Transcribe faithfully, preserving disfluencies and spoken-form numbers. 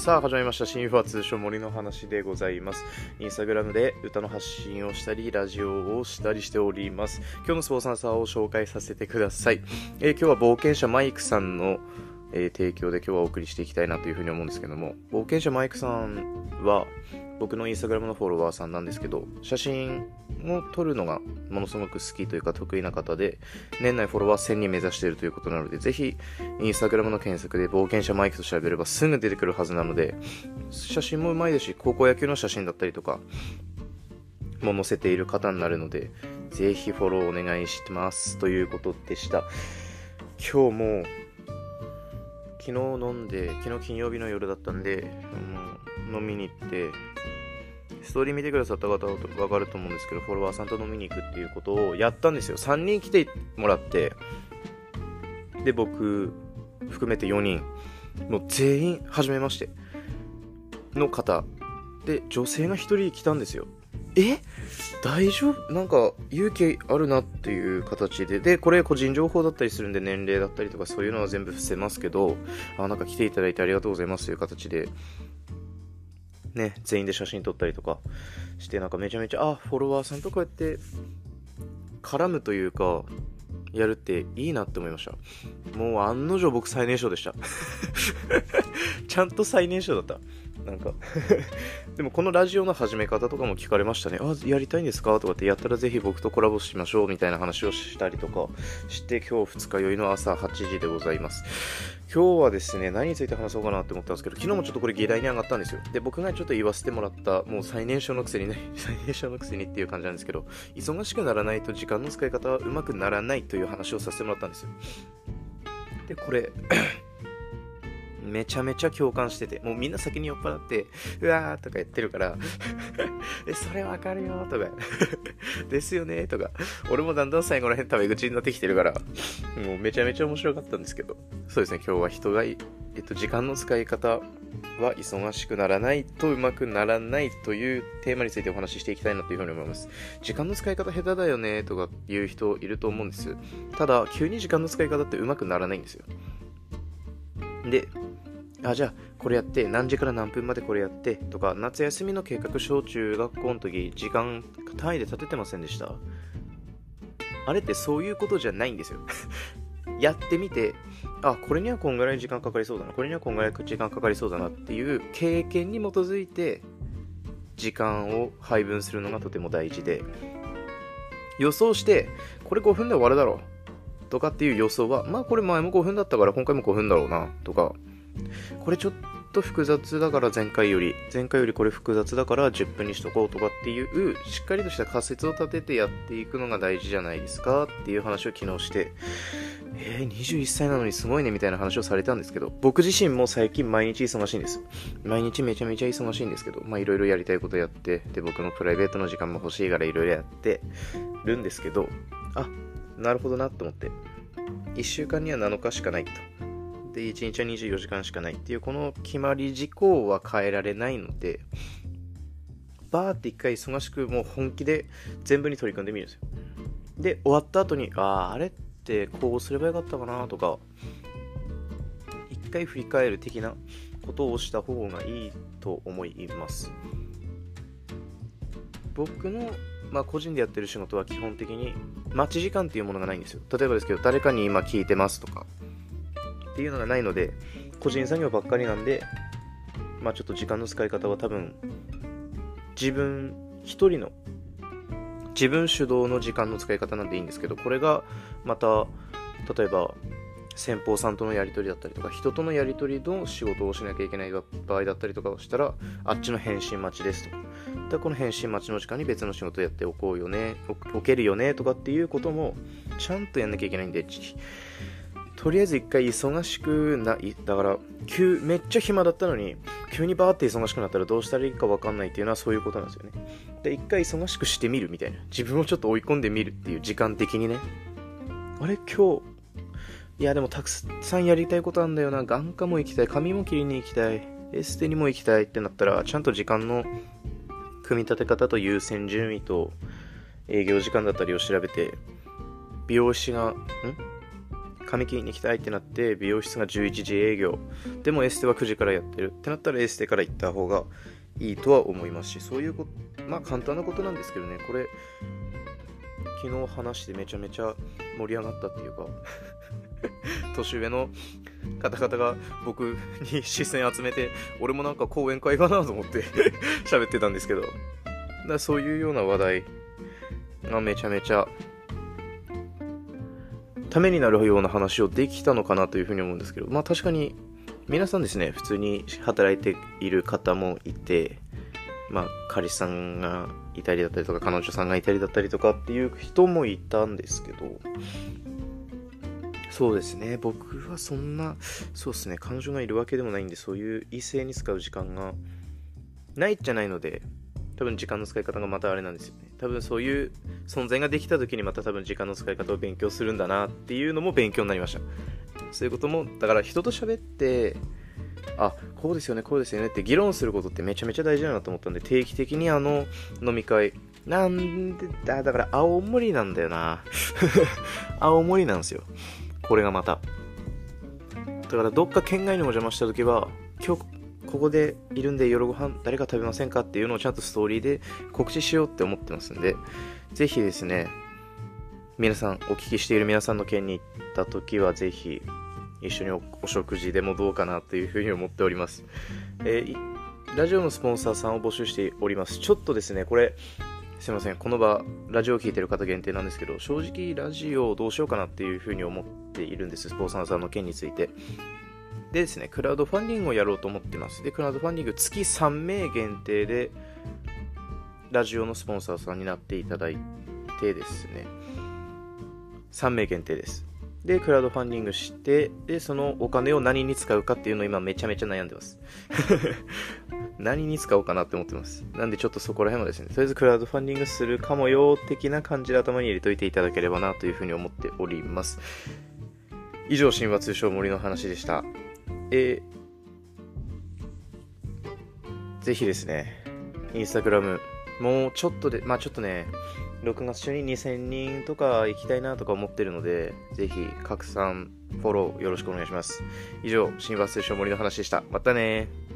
さあ始まりました。新婦は通称森の話でございます。インスタグラムで歌の発信をしたりラジオをしたりしております。今日のスポンサーを紹介させてください。えー、今日は冒険者マイクさんの、えー、提供で今日はお送りしていきたいなというふうに思うんですけども、冒険者マイクさんは僕のインスタグラムのフォロワーさんなんですけど、写真を撮るのがものすごく好きというか得意な方で、年内フォロワーせんにん目指しているということなので、ぜひインスタグラムの検索で冒険者マイクと調べればすぐ出てくるはずなので、写真もうまいですし、高校野球の写真だったりとかも載せている方になるので、ぜひフォローお願いしますということでした。今日も昨日飲んで、昨日金曜日の夜だったんで、うん、飲みに行って、ストーリー見てくださった方は分かると思うんですけど、フォロワーさんと飲みに行くっていうことをやったんですよ。さんにん来てもらって、で僕含めてよにん、もう全員初めましての方で、女性がひとり来たんですよ。え大丈夫？なんか勇気あるなっていう形で、でこれ個人情報だったりするんで、年齢だったりとかそういうのは全部伏せますけど、あなんか来ていただいてありがとうございますという形でね、全員で写真撮ったりとかして、なんかめちゃめちゃ、あ、フォロワーさんとこうやって絡むというかやるっていいなって思いました。もう案の定僕最年少でしたちゃんと最年少だった。なんかでもこのラジオの始め方とかも聞かれましたね。あ、やりたいんですかとかって、やったらぜひ僕とコラボしましょうみたいな話をしたりとかして、今日二日酔いの朝はちじでございます。今日はですね、何について話そうかなって思ったんですけど、昨日もちょっとこれ議題に上がったんですよ。で、僕がちょっと言わせてもらった、もう最年少のくせにね最年少のくせにっていう感じなんですけど、忙しくならないと時間の使い方はうまくならないという話をさせてもらったんですよ。で、これめちゃめちゃ共感してて、もうみんな先に酔っ払ってうわーとか言ってるからえそれわかるよとかですよねとか、俺もだんだん最後らへんタメ口になってきてるから、もうめちゃめちゃ面白かったんですけど、そうですね、今日は人がえっと時間の使い方は忙しくならないとうまくならないというテーマについてお話ししていきたいなというふうに思います。時間の使い方下手だよねとか言う人いると思うんです。ただ急に時間の使い方ってうまくならないんですよ。で、あ、じゃあこれやって何時から何分までこれやってとか、夏休みの計画小中学校の時時間単位で立ててませんでした？あれってそういうことじゃないんですよやってみて、あ、これにはこんぐらい時間かかりそうだな、これにはこんぐらい時間かかりそうだなっていう経験に基づいて時間を配分するのがとても大事で、予想してこれごふんで終わるだろうとかっていう予想は、まあこれ前もごふんだったから今回もごふんだろうなとか、これちょっと複雑だから前回より前回よりこれ複雑だからじゅっぷんにしとこうとかっていうしっかりとした仮説を立ててやっていくのが大事じゃないですかっていう話を昨日して、えー、にじゅういっさいなのにすごいねみたいな話をされたんですけど、僕自身も最近毎日忙しいんです。毎日めちゃめちゃ忙しいんですけど、まあいろいろやりたいことやって、で僕のプライベートの時間も欲しいからいろいろやってるんですけど、あ、なるほどなと思って、いっしゅうかんにはなのかしかないと、でいちにちはにじゅうよじかんしかないっていうこの決まり事項は変えられないので、バーって一回忙しくもう本気で全部に取り組んでみるんですよ。で終わった後に、あーあれってこうすればよかったかなとか、一回振り返る的なことをした方がいいと思います。僕のまあ個人でやってる仕事は基本的に待ち時間っていうものがないんですよ。例えばですけど、誰かに今聞いてますとかっていうのがないので、個人作業ばっかりなんで、まあちょっと時間の使い方は多分自分一人の自分主導の時間の使い方なんでいいんですけど、これがまた例えば先方さんとのやり取りだったりとか、人とのやり取りの仕事をしなきゃいけない場合だったりとかをしたら、あっちの返信待ちですとか、でこの返信待ちの時間に別の仕事やっておこうよね、おけるよねとかっていうこともちゃんとやんなきゃいけないんで、とりあえず一回忙しくな、だから急めっちゃ暇だったのに急にバーって忙しくなったらどうしたらいいか分かんないっていうのはそういうことなんですよね。で一回忙しくしてみるみたいな、自分をちょっと追い込んでみるっていう、時間的にね、あれ今日いやでもたくさんやりたいことあるんだよな、眼科も行きたい、髪も切りに行きたい、エステにも行きたいってなったら、ちゃんと時間の組み立て方と優先順位と営業時間だったりを調べて、美容師がん髪切りに行きたいってなって美容室がじゅういちじ営業でもエステはくじからやってるってなったらエステから行った方がいいとは思いますし、そういうこと、まあ簡単なことなんですけどね、これ昨日話してめちゃめちゃ盛り上がったっていうか年上の方々が僕に視線集めて、俺もなんか講演会かなと思って喋ってたんですけど、だからそういうような話題がめちゃめちゃためになるような話をできたのかなというふうに思うんですけど、まあ確かに皆さんですね、普通に働いている方もいて、まあ彼氏さんがいたりだったりとか彼女さんがいたりだったりとかっていう人もいたんですけど、そうですね、僕はそんな、そうですね、彼女がいるわけでもないんで、そういう異性に使う時間がないじゃないので、多分時間の使い方がまたあれなんですよね。多分そういう存在ができた時にまた多分時間の使い方を勉強するんだなっていうのも勉強になりました。そういうことも、だから人と喋って、あ、こうですよね、こうですよねって議論することってめちゃめちゃ大事だなと思ったんで、定期的にあの飲み会、なんでだ、だから青森なんだよな。青森なんですよ。これがまた。だからどっか県外にお邪魔した時は、今日ここでいるんで夜ご飯誰か食べませんかっていうのをちゃんとストーリーで告知しようって思ってますんで、ぜひですね、皆さん、お聞きしている皆さんの県に行った時はぜひ一緒に お, お食事でもどうかなというふうに思っております。えー、ラジオのスポンサーさんを募集しております。ちょっとですね、これすいません、この場ラジオを聞いてる方限定なんですけど、正直ラジオをどうしようかなっていうふうに思っているんです。スポンサーさんの件についてでですね、クラウドファンディングをやろうと思っています。で、クラウドファンディング月さんめい限定でラジオのスポンサーさんになっていただいてですね、さんめい限定です。で、クラウドファンディングして、で、そのお金を何に使うかっていうのを今めちゃめちゃ悩んでます何に使おうかなって思ってます。なんでちょっとそこら辺はですね、とりあえずクラウドファンディングするかもよ的な感じで頭に入れといていただければなというふうに思っております。以上、神話通称森の話でした。えー、ぜひですね、インスタグラムもうちょっとで、まあちょっとね、ろくがつ中ににせんにんとか行きたいなとか思ってるので、ぜひ拡散フォローよろしくお願いします。以上、神話通称森の話でした。またねー。